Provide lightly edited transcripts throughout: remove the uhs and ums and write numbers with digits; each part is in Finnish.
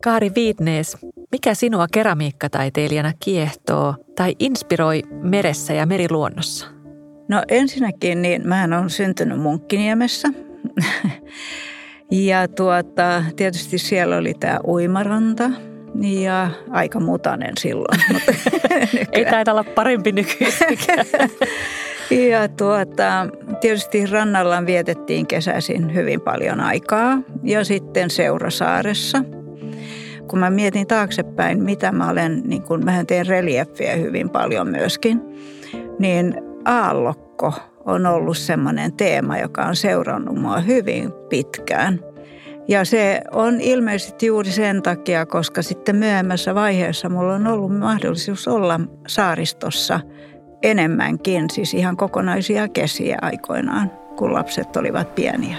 Kaari Viitnees, mikä sinua keramiikkataiteilijana kiehtoo tai inspiroi meressä ja meriluonnossa? No ensinnäkin niin mähän olen syntynyt Munkkiniemessä ja tietysti siellä oli tämä uimaranta ja aika mutainen silloin. Mutta ei taida olla parempi nykyisikään. Ja tietysti rannalla vietettiin kesäisin hyvin paljon aikaa ja sitten Seurasaaressa. Kun mä mietin taaksepäin, mitä mä olen, niin kun mähän teen reliefiä hyvin paljon myöskin, niin aallokko on ollut semmoinen teema, joka on seurannut mua hyvin pitkään. Ja se on ilmeisesti juuri sen takia, koska sitten myöhemmässä vaiheessa mulla on ollut mahdollisuus olla saaristossa enemmänkin, siis ihan kokonaisia kesiä aikoinaan, kun lapset olivat pieniä.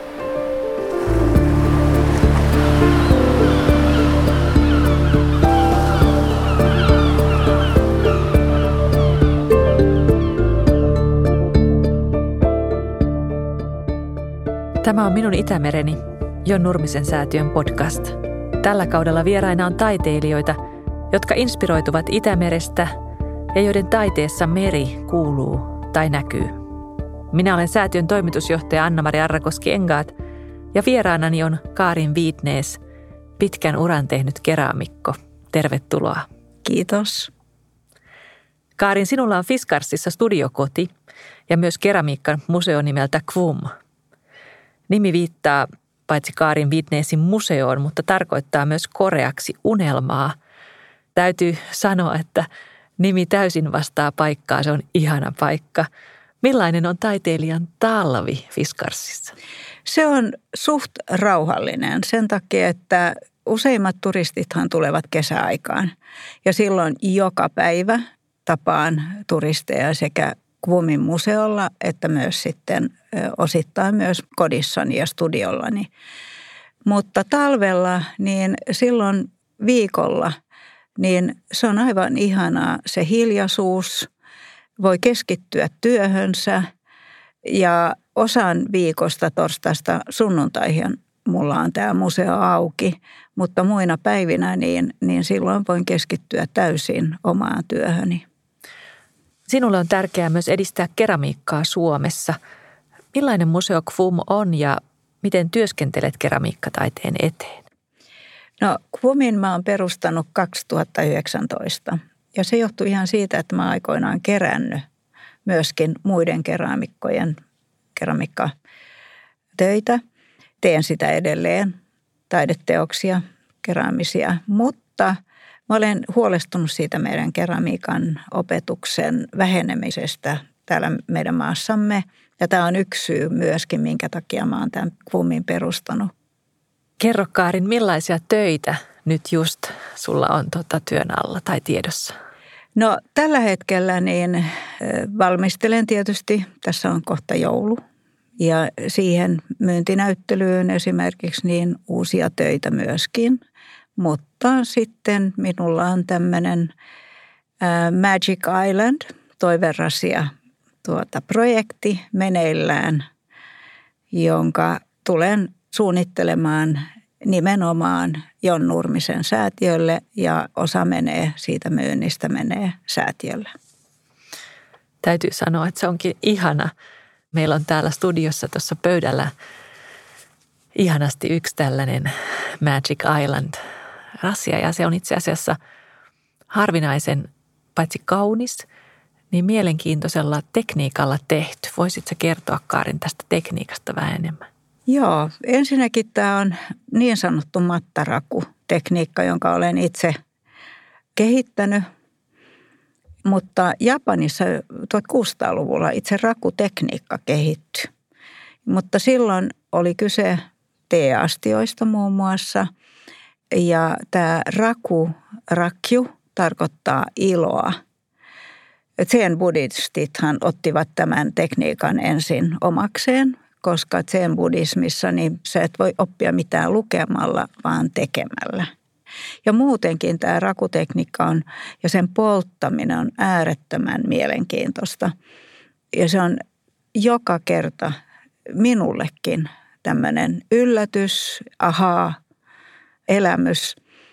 Tämä on Minun Itämereni, Jon Nurmisen säätiön podcast. Tällä kaudella vieraina on taiteilijoita, jotka inspiroituvat Itämerestä ja joiden taiteessa meri kuuluu tai näkyy. Minä olen säätiön toimitusjohtaja Anna-Mari Arrakoski-Engaat ja vieraanani on Kaarin Viitnees, pitkän uran tehnyt keraamikko. Tervetuloa. Kiitos. Kaarin, sinulla on Fiskarsissa studiokoti ja myös keramiikan museo nimeltä KVUM. Nimi viittaa paitsi Kaarin Viitneesin museoon, mutta tarkoittaa myös koreaksi unelmaa. Täytyy sanoa, että nimi täysin vastaa paikkaa. Se on ihana paikka. Millainen on taiteilijan talvi Fiskarsissa? Se on suht rauhallinen sen takia, että useimmat turistithan tulevat kesäaikaan. Ja silloin joka päivä tapaan turisteja sekä KVUMin museolla että myös sitten osittain myös kodissani ja studiollani. Mutta talvella, niin silloin viikolla, niin se on aivan ihanaa se hiljaisuus, voi keskittyä työhönsä ja osan viikosta torstaista sunnuntaihin mulla on tämä museo auki, mutta muina päivinä niin silloin voin keskittyä täysin omaan työhöni. Sinulle on tärkeää myös edistää keramiikkaa Suomessa. Millainen museo KVUM on ja miten työskentelet keramiikkataiteen eteen? No KVUMin mä oon perustanut 2019 ja se johtuu ihan siitä, että mä aikoinaan kerännyt myöskin muiden keraamikkojen keramiikkatöitä. Teen sitä edelleen, taideteoksia, keraamisia, mutta mä olen huolestunut siitä meidän keramiikan opetuksen vähenemisestä täällä meidän maassamme. Ja tämä on yksi syy myöskin, minkä takia mä oon tämän KVUMin perustanut. Kerro Kaarin, millaisia töitä nyt just sulla on työn alla tai tiedossa? No tällä hetkellä niin valmistelen tietysti, tässä on kohta joulu. Ja siihen myyntinäyttelyyn esimerkiksi niin uusia töitä myöskin. Mutta sitten minulla on tämmöinen Magic Island, toiverasia projekti meneillään, jonka tulen suunnittelemaan nimenomaan Jon Nurmisen säätiölle ja osa menee siitä myynnistä menee säätiölle. Täytyy sanoa, että se onkin ihana. Meillä on täällä studiossa tuossa pöydällä ihanasti yksi tällainen Magic Island-rasia ja se on itse asiassa harvinaisen paitsi kaunis, niin mielenkiintoisella tekniikalla tehty. Voisitko kertoa Kaarin tästä tekniikasta vähän enemmän? Joo, ensinnäkin tämä on niin sanottu mattaraku-tekniikka, jonka olen itse kehittänyt. Mutta Japanissa 1600-luvulla itse rakutekniikka kehittyi. Mutta silloin oli kyse teeastioista muun muassa. Ja tämä rakju tarkoittaa iloa. Zen-buddhistithan ottivat tämän tekniikan ensin omakseen, koska zen-buddhismissa niin sä et voi oppia mitään lukemalla, vaan tekemällä. Ja muutenkin tämä rakutekniikka on, ja sen polttaminen on äärettömän mielenkiintoista. Ja se on joka kerta minullekin tämmöinen yllätys, elämys.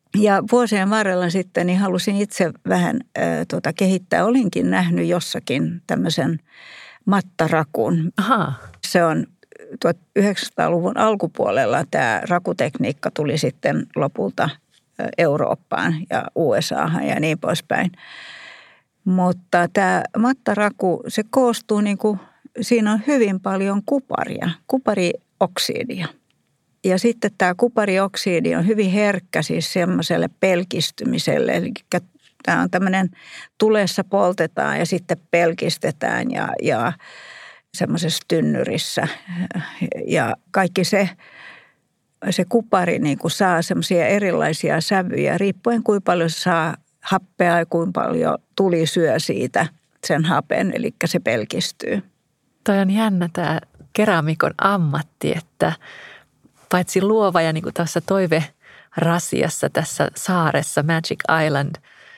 Ja vuosien varrella sitten niin halusin itse vähän kehittää. Olinkin nähnyt jossakin tämmöisen mattarakun. Aha. Se on 1900-luvun alkupuolella tämä rakutekniikka tuli sitten lopulta Eurooppaan ja USAhan ja niin poispäin. Mutta tämä mattaraku, se koostuu siinä on hyvin paljon kuparioksidia. Ja sitten tämä kuparioksidi on hyvin herkkä siis semmoiselle pelkistymiselle. Eli tämä on tämmöinen tulessa poltetaan ja sitten pelkistetään ja semmoisessa tynnyrissä. Ja kaikki se kupari saa semmoisia erilaisia sävyjä riippuen kuinka paljon se saa happea ja kuinka paljon tuli syö siitä sen hapen, eli se pelkistyy. Toi on jännä tämä keramikon ammatti, että paitsi luova ja niin kuin tuossa toiverasiassa tässä saaressa, Magic Island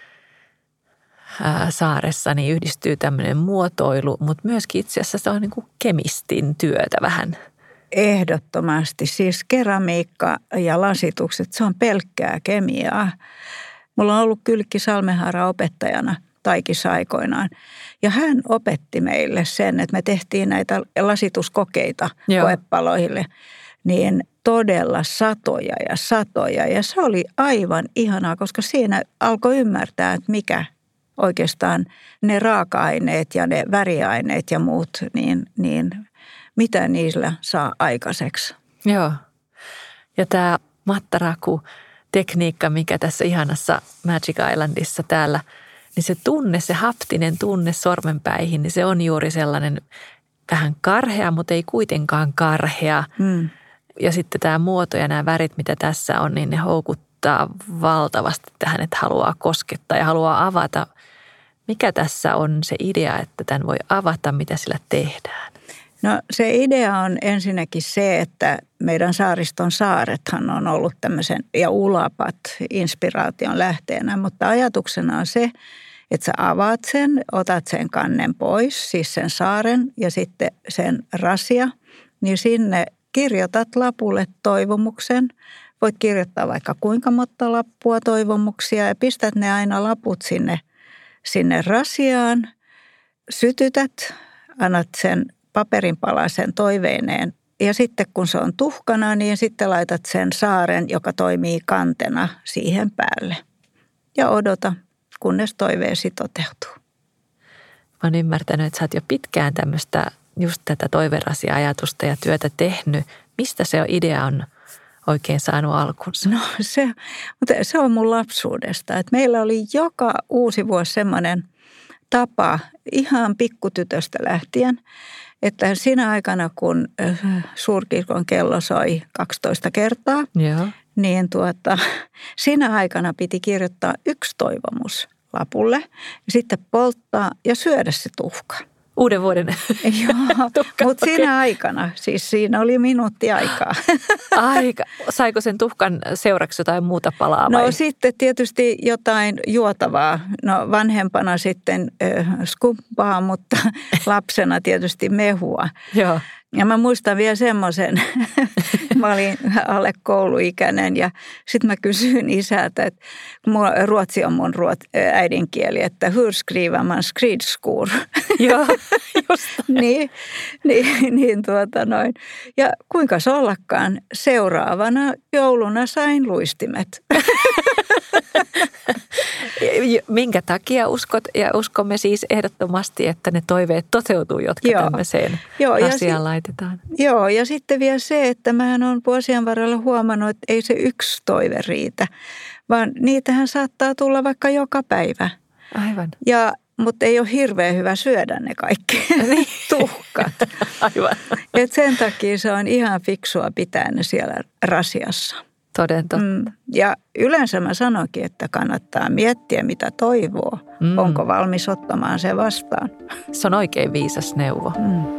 saaressa, niin yhdistyy tämmöinen muotoilu, mutta myöskin itse asiassa se on niin kuin kemistin työtä vähän. Ehdottomasti. Siis keramiikka ja lasitukset, se on pelkkää kemiaa. Mulla on ollut Kylkki Salmenhaara opettajana Taikissa aikoinaan. Ja hän opetti meille sen, että me tehtiin näitä lasituskokeita koepaloille. Niin todella satoja ja satoja. Ja se oli aivan ihanaa, koska siinä alkoi ymmärtää, että mikä oikeastaan ne raaka-aineet ja ne väriaineet ja muut, niin mitä niillä saa aikaiseksi. Joo. Ja tämä mattaraku-tekniikka, mikä tässä ihanassa Magic Islandissa täällä, niin se tunne, se haptinen tunne sormenpäihin, niin se on juuri sellainen vähän karhea, mutta ei kuitenkaan karhea. Ja sitten tämä muoto ja nämä värit, mitä tässä on, niin ne houkuttaa valtavasti tähän, että haluaa koskettaa ja haluaa avata. Mikä tässä on se idea, että tämän voi avata, mitä sillä tehdään? No se idea on ensinnäkin se, että meidän saariston saarethan on ollut tämmöisen, ja ulapat inspiraation lähteenä, mutta ajatuksena on se, että sä avaat sen, otat sen kannen pois, siis sen saaren ja sitten sen rasia, niin sinne kirjoitat lapulle toivomuksen. Voit kirjoittaa vaikka kuinka monta lappua toivomuksia ja pistät ne aina laput sinne rasiaan, sytytät, annat sen paperinpalasen toiveineen ja sitten kun se on tuhkana, niin sitten laitat sen saaren, joka toimii kantena siihen päälle ja odota, kunnes toiveesi toteutuu. Mä oon ymmärtänyt, että sä oot jo pitkään just tätä toiverasia-ajatusta ja työtä tehnyt. Mistä se idea on oikein saanut alkunsa? No se on mun lapsuudesta. Että meillä oli joka uusi vuosi semmoinen tapa ihan pikkutytöstä lähtien, että siinä aikana kun suurkirkon kello soi 12 kertaa, niin siinä aikana piti kirjoittaa yksi toivomus lapulle ja sitten polttaa ja syödä se tuhka. Uuden vuoden. Joo, mutta siinä aikana, siis siinä oli minuutti aikaa. Aika. Saiko sen tuhkan seuraksi jotain muuta palaa vai? No sitten tietysti jotain juotavaa. No vanhempana sitten skumppaa, mutta lapsena tietysti mehua. Joo. Ja mä muistan vielä semmoisen, mä olin alle kouluikäinen ja sitten mä kysyin isältä, että ruotsi on mun äidinkieli, että hur skriver man skridskor? Joo, just noin. Ja kuinka se ollakaan, seuraavana jouluna sain luistimet. Minkä takia uskot, ja uskomme siis ehdottomasti, että ne toiveet toteutuu, jotka tämmöiseen asiaan laitetaan. Joo, ja sitten vielä se, että mähän olen vuosien varrella huomannut, että ei se yksi toive riitä, vaan niitähän saattaa tulla vaikka joka päivä. Aivan. Mutta ei ole hirveän hyvä syödä ne kaikki tuhkat. Aivan. Et sen takia se on ihan fiksua pitää ne siellä rasiassa. Toden totta. Ja yleensä mä sanoinkin, että kannattaa miettiä, mitä toivoo. Onko valmis ottamaan se vastaan? Se on oikein viisas neuvo.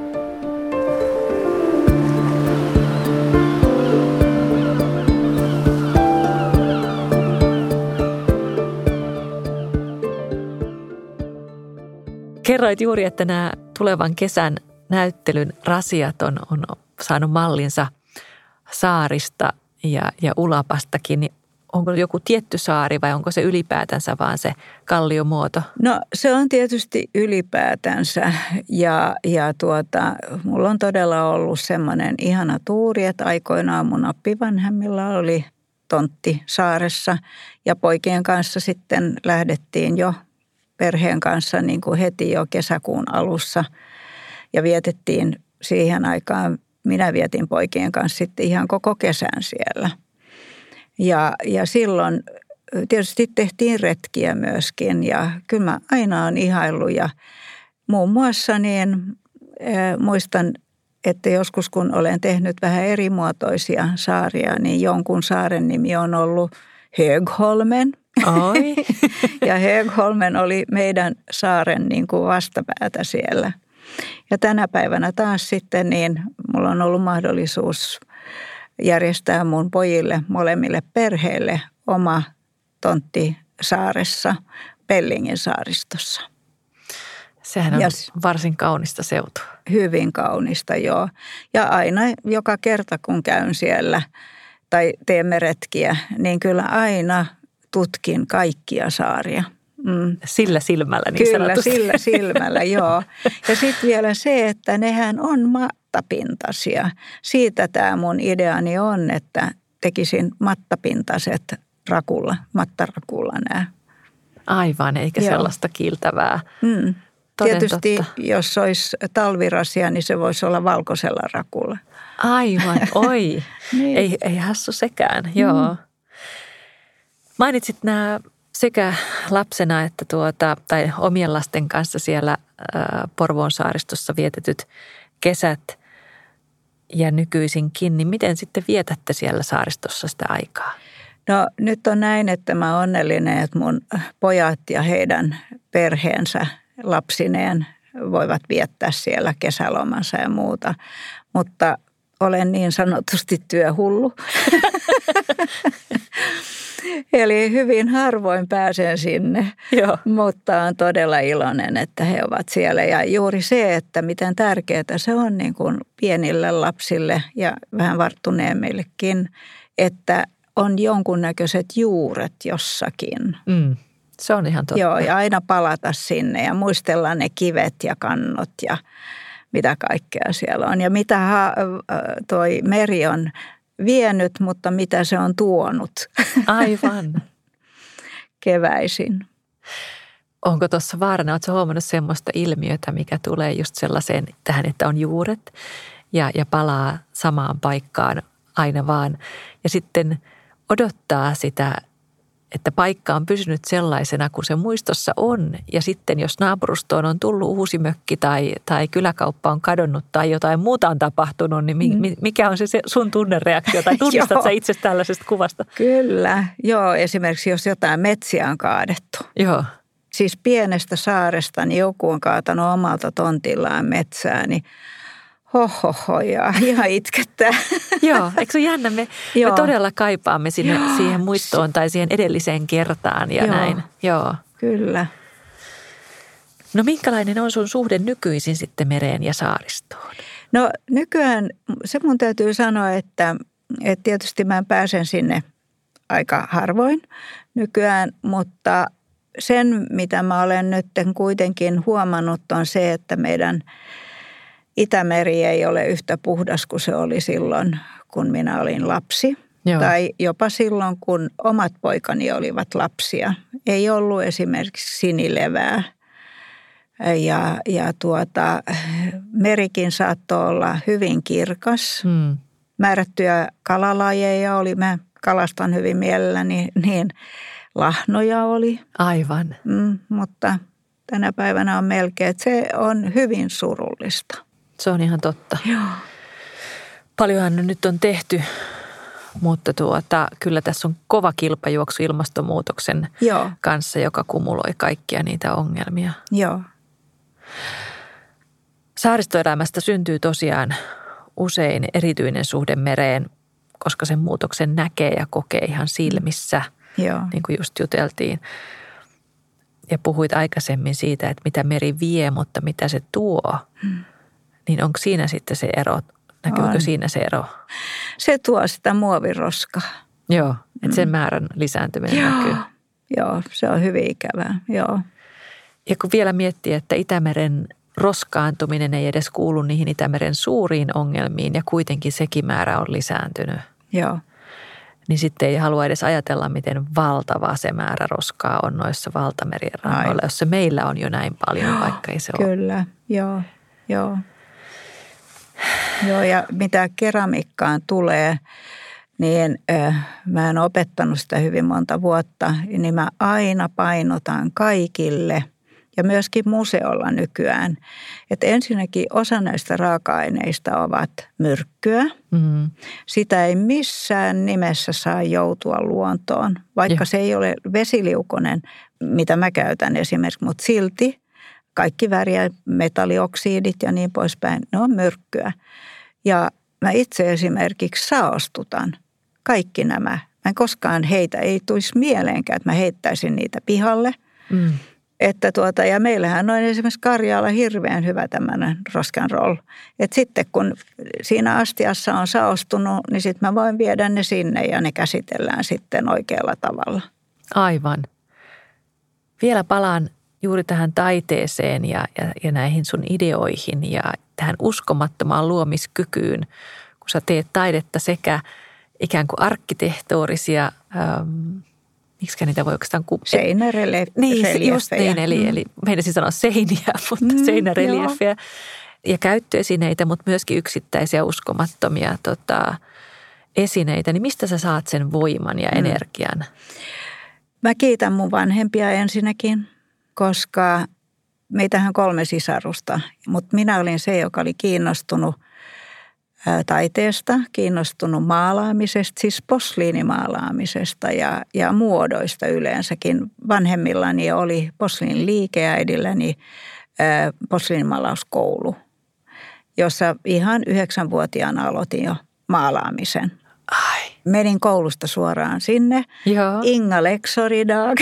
Kerroit juuri, että nämä tulevan kesän näyttelyn rasiat on saanut mallinsa saarista ja ulapastakin. Niin onko joku tietty saari vai onko se ylipäätänsä vaan se kalliomuoto? No se on tietysti ylipäätänsä ja mulla on todella ollut semmoinen ihana tuuri, että aikoinaan mun appivanhemmilla oli tontti saaressa ja poikien kanssa sitten lähdettiin jo perheen kanssa niin kuin heti jo kesäkuun alussa ja vietettiin siihen aikaan, minä vietin poikien kanssa sitten ihan koko kesän siellä. Ja silloin tietysti tehtiin retkiä myöskin ja kyllä mä aina olen ihaillut ja muun muassa niin muistan, että joskus kun olen tehnyt vähän erimuotoisia saaria, niin jonkun saaren nimi on ollut Högholmen. Oi. Ja Högholmen oli meidän saaren niin kuin vastapäätä siellä. Ja tänä päivänä taas sitten niin mulla on ollut mahdollisuus järjestää mun pojille molemmille perheille oma tontti saaressa Pellingin saaristossa. Sehän on varsin kaunista seutua. Hyvin kaunista, joo. Ja aina joka kerta kun käyn siellä tai teemme retkiä, niin kyllä aina tutkin kaikkia saaria. Sillä silmällä niin kyllä, sanotusti. Sillä silmällä, joo. Ja sitten vielä se, että nehän on mattapintaisia. Siitä tämä mun ideani on, että tekisin mattapintaiset mattarakulla nämä. Aivan, eikä sellaista kiiltävää. Tietysti jos olisi talvirasia, niin se voisi olla valkoisella rakulla. Aivan, oi. Niin. Ei hassu sekään, joo. Mainitsit nämä sekä lapsena että tai omien lasten kanssa siellä Porvoon saaristossa vietetyt kesät ja nykyisinkin, niin miten sitten vietätte siellä saaristossa sitä aikaa? No nyt on näin, että mä oon onnellinen, että mun pojat ja heidän perheensä lapsineen voivat viettää siellä kesälomansa ja muuta, mutta olen niin sanotusti työhullu. Eli hyvin harvoin pääsen sinne, joo. Mutta on todella iloinen, että he ovat siellä. Ja juuri se, että miten tärkeää se on niin kuin pienille lapsille ja vähän varttuneemmillekin, että on jonkunnäköiset juuret jossakin. Se on ihan totta. Joo, ja aina palata sinne ja muistella ne kivet ja kannot ja mitä kaikkea siellä on. Ja mitä toi meri on vienyt, mutta mitä se on tuonut. Aivan. Keväisin. Onko tuossa vaarana, oletko huomannut semmoista ilmiötä, mikä tulee just sellaiseen tähän, että on juuret ja palaa samaan paikkaan aina vaan. Ja sitten odottaa sitä, että paikka on pysynyt sellaisena kuin se muistossa on. Ja sitten jos naapurustoon on tullut uusi mökki tai kyläkauppa on kadonnut tai jotain muuta on tapahtunut, niin mikä on se sun tunnereaktio? Tai tunnistat sä itse tällaisesta kuvasta? Kyllä, joo. Esimerkiksi jos jotain metsiä on kaadettu. Joo. Siis pienestä saaresta, niin joku on kaatanut omalta tontillaan metsää, niin ja ihan itkettää. Joo, eikö se ole jännä? Me todella kaipaamme siihen muistoon tai siihen edelliseen kertaan ja näin. Joo. Kyllä. No minkälainen on sun suhde nykyisin sitten mereen ja saaristoon? No nykyään se mun täytyy sanoa, että tietysti mä pääsen sinne aika harvoin nykyään, mutta sen mitä mä olen nyt kuitenkin huomannut on se, että meidän Itämeri ei ole yhtä puhdas kuin se oli silloin, kun minä olin lapsi. Joo. Tai jopa silloin, kun omat poikani olivat lapsia. Ei ollut esimerkiksi sinilevää. Ja merikin saattoi olla hyvin kirkas. Määrättyjä kalalajeja oli. Mä kalastan hyvin mielelläni, niin lahnoja oli. Aivan. Mutta tänä päivänä on melkein, että se on hyvin surullista. Se on ihan totta. Joo. Paljonhan nyt on tehty, mutta kyllä tässä on kova kilpajuoksu ilmastonmuutoksen kanssa, joka kumuloi kaikkia niitä ongelmia. Joo. Saaristoelämästä syntyy tosiaan usein erityinen suhde mereen, koska sen muutoksen näkee ja kokee ihan silmissä, niin kuin just juteltiin. Ja puhuit aikaisemmin siitä, että mitä meri vie, mutta mitä se tuo. Niin onko siinä sitten se ero? Näkyykö siinä se ero? Se tuo sitä muoviroskaa. Joo. Että sen määrän lisääntyminen näkyy. Joo, se on hyvin ikävää, joo. Ja kun vielä miettii, että Itämeren roskaantuminen ei edes kuulu niihin Itämeren suuriin ongelmiin ja kuitenkin sekin määrä on lisääntynyt. Joo. Niin sitten ei halua edes ajatella, miten valtava se määrä roskaa on noissa valtamerien rannoilla, jos se meillä on jo näin paljon, vaikka ei se ole. Kyllä, joo. Joo, ja mitä keramiikkaan tulee, niin mä en opettanut sitä hyvin monta vuotta, niin mä aina painotan kaikille ja myöskin museolla nykyään, että ensinnäkin osa näistä raaka-aineista ovat myrkkyä. Mm. Sitä ei missään nimessä saa joutua luontoon, vaikka se ei ole vesiliukonen, mitä mä käytän esimerkiksi, mutta silti kaikki väriä, metallioksidit ja niin poispäin, ne on myrkkyä. Ja mä itse esimerkiksi saostutan kaikki nämä. Mä en koskaan heitä, ei tulisi mieleenkään, että mä heittäisin niitä pihalle. Mm. Ja meillähän on esimerkiksi Karjaalla hirveän hyvä tämmöinen rock'n'roll. Että sitten kun siinä astiassa on saostunut, niin sitten mä voin viedä ne sinne ja ne käsitellään sitten oikealla tavalla. Aivan. Vielä palaan juuri tähän taiteeseen ja näihin sun ideoihin ja tähän uskomattomaan luomiskykyyn, kun sä teet taidetta sekä ikään kuin arkkitehtuurisia, miksi niitä voi oikeastaan seinärelieffejä. Niin, just niin, eli meinasin sanoa seiniä, mutta seinärelieffejä ja käyttöesineitä, mutta myöskin yksittäisiä uskomattomia esineitä. Niin mistä sä saat sen voiman ja energian? Mä kiitän mun vanhempia ensinnäkin, koska meitähän 3 sisarusta, mutta minä olin se, joka oli kiinnostunut taiteesta, kiinnostunut maalaamisesta, siis posliinimaalaamisesta ja muodoista yleensäkin. Vanhemmillani oli posliiniliike ja äidilläni posliinimaalauskoulu, jossa ihan 9-vuotiaana aloitin jo maalaamisen. Ai. Menin koulusta suoraan sinne. Joo. Inga Leksoridag.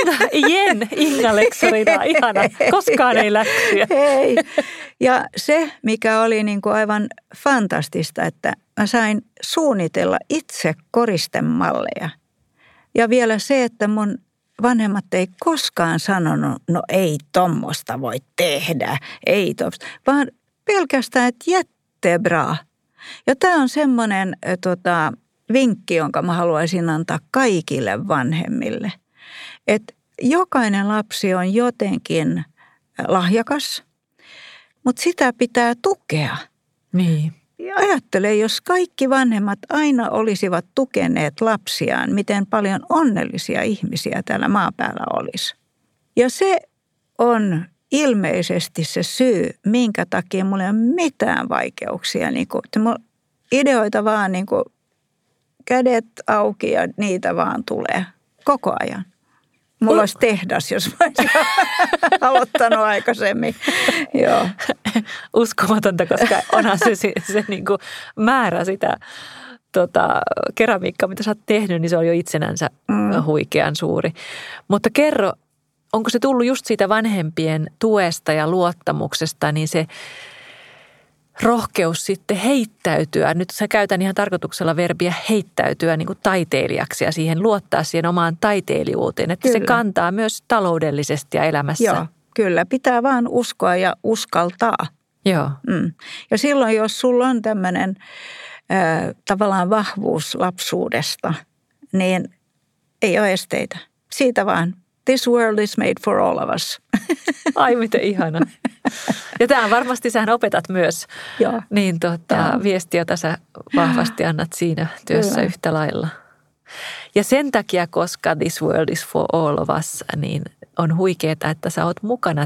Inga Leksoridag, ihana. Koskaan ei läksyjä. Ei. Ja se, mikä oli niin kuin aivan fantastista, että mä sain suunnitella itse koristemalleja. Ja vielä se, että mun vanhemmat ei koskaan sanonut, no ei tommosta voi tehdä, ei tommosta, vaan pelkästään, että jättebra. Ja tämä on semmoinen vinkki, jonka mä haluaisin antaa kaikille vanhemmille. Että jokainen lapsi on jotenkin lahjakas, mutta sitä pitää tukea. Niin. Ja ajattele, jos kaikki vanhemmat aina olisivat tukeneet lapsiaan, miten paljon onnellisia ihmisiä täällä maapäällä olisi. Ja se on ilmeisesti se syy, minkä takia mulla ei ole mitään vaikeuksia. Niin kuin, ideoita vaan niin kuin kädet auki ja niitä vaan tulee koko ajan. Mulla olisi tehdas, jos mä olisin aloittanut aikaisemmin. Joo. Uskomatonta, koska onhan se niin kuin määrä sitä keramiikkaa, mitä sä oot tehnyt, niin se on jo itsenänsä huikean suuri. Mutta kerro, onko se tullut just siitä vanhempien tuesta ja luottamuksesta, niin se rohkeus sitten heittäytyä, nyt sä käytän ihan tarkoituksella verbiä heittäytyä niin kuin taiteilijaksi ja siihen luottaa siihen omaan taiteilijuuteen, että kyllä. Se kantaa myös taloudellisesti ja elämässä. Joo, kyllä. Pitää vaan uskoa ja uskaltaa. Joo. Ja silloin, jos sulla on tämmöinen tavallaan vahvuus lapsuudesta, niin ei ole esteitä. Siitä vaan. This world is made for all of us. Ai miten ihana. Ja tämä varmasti sähän opetat myös. Joo. Niin viesti, jota sä vahvasti annat siinä työssä kyllä. Yhtä lailla. Ja sen takia, koska this world is for all of us, niin on huikeaa, että sä oot mukana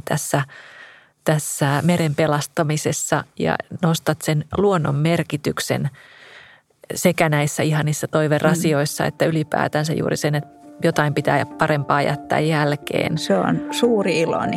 tässä meren pelastamisessa ja nostat sen luonnon merkityksen sekä näissä ihanissa toiverasioissa, että ylipäätänsä juuri sen, että jotain pitää parempaa jättää jälkeen. Se on suuri iloni.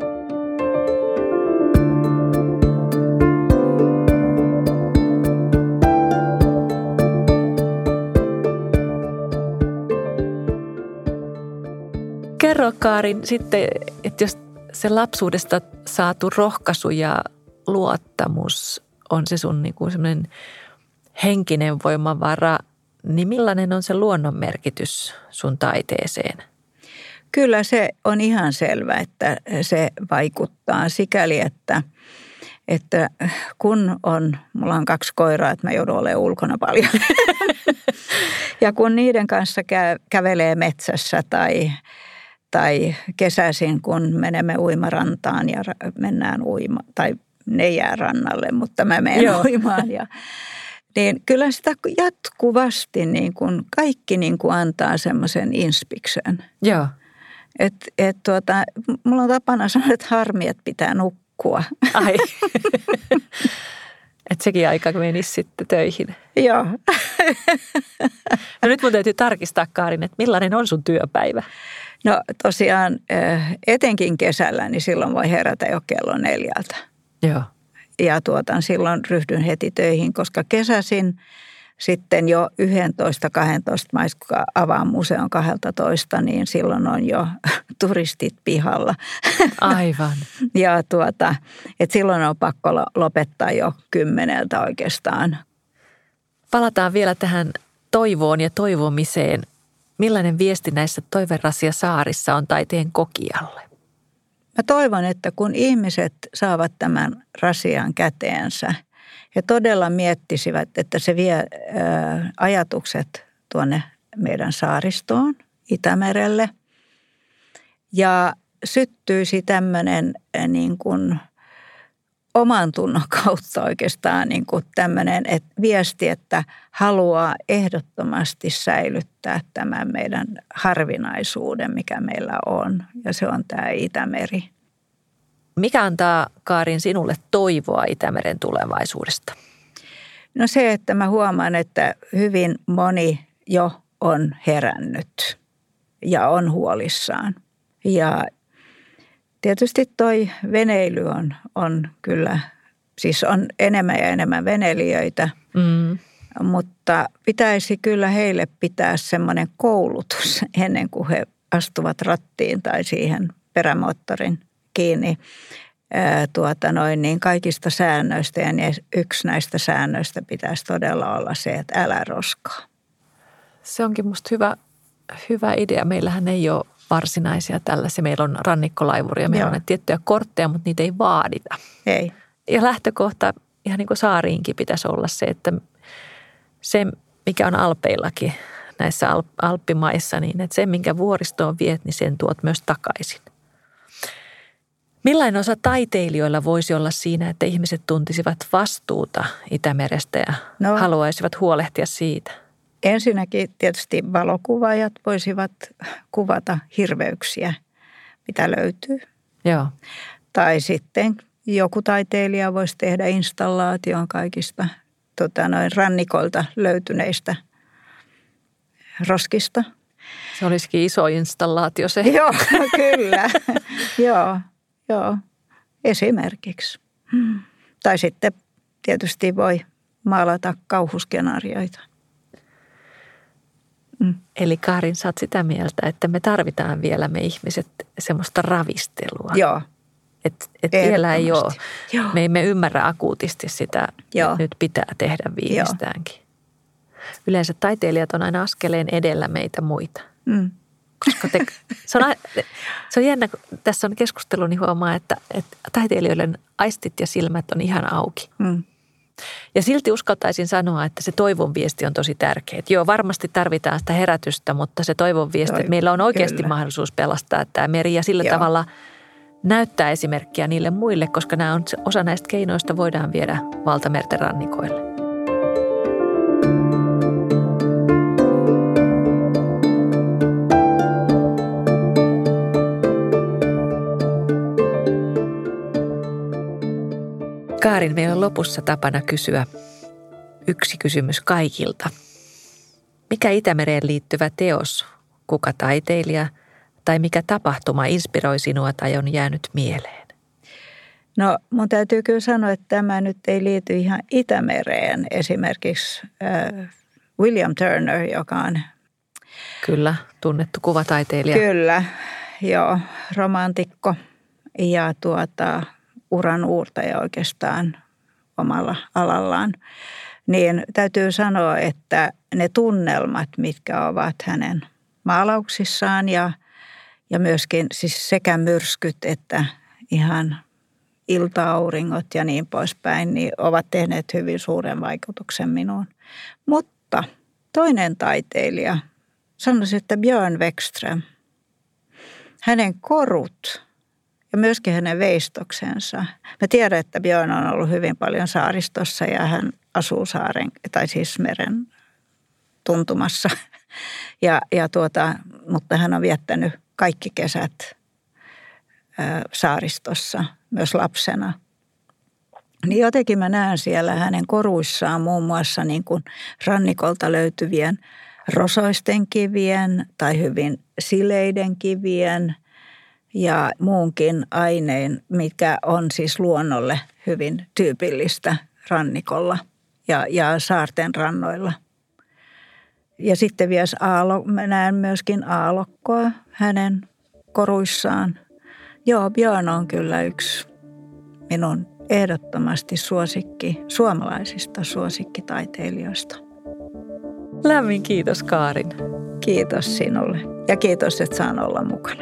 Kerro, Kaarin, sitten, että jos se lapsuudesta saatu rohkaisu ja luottamus on se sun niin kuin semmoinen henkinen voimavara, niin millainen on se luonnon merkitys sun taiteeseen? Kyllä se on ihan selvä, että se vaikuttaa sikäli, että kun mulla on 2 koiraa, että mä joudun olemaan ulkona paljon. Ja kun niiden kanssa kävelee metsässä tai kesäisin, kun menemme uimarantaan ja mennään tai ne jää rannalle, mutta mä menen uimaan. Niin kyllä sitä jatkuvasti niin kuin kaikki niin kuin antaa semmoisen inspiksen. Joo. Mulla on tapana sanoa, että harmi, että pitää nukkua. Ai. Että sekin aika menisi sitten töihin. Joo. No nyt mun täytyy tarkistaa, Kaarin, että millainen on sun työpäivä? No tosiaan etenkin kesällä, niin silloin voi herätä jo kello 4. Joo. Ja silloin ryhdyn heti töihin, koska kesäisin sitten jo 11-12 maissa, kun avaan museon 12, niin silloin on jo turistit pihalla. Aivan. Ja että silloin on pakko lopettaa jo 10 oikeastaan. Palataan vielä tähän toivoon ja toivomiseen. Millainen viesti näissä toiverasia-saarissa on taiteen kokijalle? Mä toivon, että kun ihmiset saavat tämän rasian käteensä, he todella miettisivät, että se vie ajatukset tuonne meidän saaristoon, Itämerelle. Ja syttyisi tämmöinen niin kuin oman tunnon kautta oikeastaan niin kuin tämmöinen viesti, että haluaa ehdottomasti säilyttää tämän meidän harvinaisuuden, mikä meillä on. Ja se on tämä Itämeri. Mikä antaa, Kaarin, sinulle toivoa Itämeren tulevaisuudesta? No se, että mä huomaan, että hyvin moni jo on herännyt ja on huolissaan. Ja tietysti toi veneily on kyllä, siis on enemmän ja enemmän veneilijöitä, mutta pitäisi kyllä heille pitää semmoinen koulutus ennen kuin he astuvat rattiin tai siihen perämoottorin kiinni niin kaikista säännöistä. Ja yksi näistä säännöistä pitäisi todella olla se, että älä roskaa. Se onkin musta hyvä idea. Meillähän ei ole varsinaisia tällaisia. Meillä on rannikkolaivuri ja meillä on tiettyjä kortteja, mutta niitä ei vaadita. Ei. Ja lähtökohta ihan niin kuin saariinkin pitäisi olla se, että se mikä on Alpeillakin näissä alppimaissa, niin että se minkä vuoristoon viet, niin sen tuot myös takaisin. Millainen osa taiteilijoilla voisi olla siinä, että ihmiset tuntisivat vastuuta Itämerestä ja haluaisivat huolehtia siitä? Ensinnäkin tietysti valokuvaajat voisivat kuvata hirveyksiä, mitä löytyy. Joo. Tai sitten joku taiteilija voisi tehdä installaation kaikista rannikolta löytyneistä roskista. Se olisikin iso installaatio se. Joo, kyllä. Joo, esimerkiksi. Tai sitten tietysti voi maalata kauhuskenaarioita. Eli Kaarin, sä oot sitä mieltä, että me tarvitaan vielä me ihmiset semmoista ravistelua. Joo. Että vielä ei ole. Joo. Me emme ymmärrä akuutisti sitä, että nyt pitää tehdä viimeistäänkin. Yleensä taiteilijat on aina askeleen edellä meitä muita. Koska se on jännä, kun tässä on keskustelu, niin huomaa, että taiteilijoiden aistit ja silmät on ihan auki. Ja silti uskaltaisin sanoa, että se toivon viesti on tosi tärkeä. Joo, varmasti tarvitaan sitä herätystä, mutta se toivon viesti, että meillä on oikeasti mahdollisuus pelastaa tämä meri ja sillä tavalla näyttää esimerkkiä niille muille, koska nämä on, osa näistä keinoista voidaan viedä valtamerten rannikoille. Kaarin, meillä on lopussa tapana kysyä yksi kysymys kaikilta. Mikä Itämereen liittyvä teos, kuka taiteilija tai mikä tapahtuma inspiroi sinua tai on jäänyt mieleen? No mun täytyy kyllä sanoa, että tämä nyt ei liity ihan Itämereen. Esimerkiksi William Turner, joka on... Kyllä, tunnettu kuvataiteilija. Kyllä, joo, romantikko ja uran uurtaja oikeastaan omalla alallaan. niin täytyy sanoa, että ne tunnelmat, mitkä ovat hänen maalauksissaan ja myöskin siis sekä myrskyt että ihan ilta-auringot ja niin poispäin, niin ovat tehneet hyvin suuren vaikutuksen minuun. Mutta toinen taiteilija, sanoisin, että Björn Wäckström, hänen korut ja myöskin hänen veistoksensa. Mä tiedän, että Björn on ollut hyvin paljon saaristossa ja hän asuu saaren, tai siis meren tuntumassa. Mutta hän on viettänyt kaikki kesät saaristossa myös lapsena. Niin jotenkin mä näen siellä hänen koruissaan muun muassa niin kuin rannikolta löytyvien rosoisten kivien tai hyvin sileiden kivien ja muunkin aineen, mikä on siis luonnolle hyvin tyypillistä rannikolla ja saarten rannoilla. Ja sitten mä näen myöskin aallokkoa hänen koruissaan. Joo, Björn on kyllä yksi minun ehdottomasti suomalaisista suosikkitaiteilijoista. Lämmin kiitos, Kaarin. Kiitos sinulle ja kiitos, että saan olla mukana.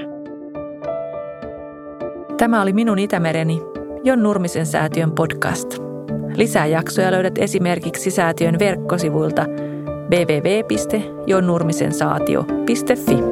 Tämä oli Minun Itämereni, Jon Nurmisen säätiön podcast. Lisää jaksoja löydät esimerkiksi säätiön verkkosivuilta www.jonnurmisensäätiö.fi.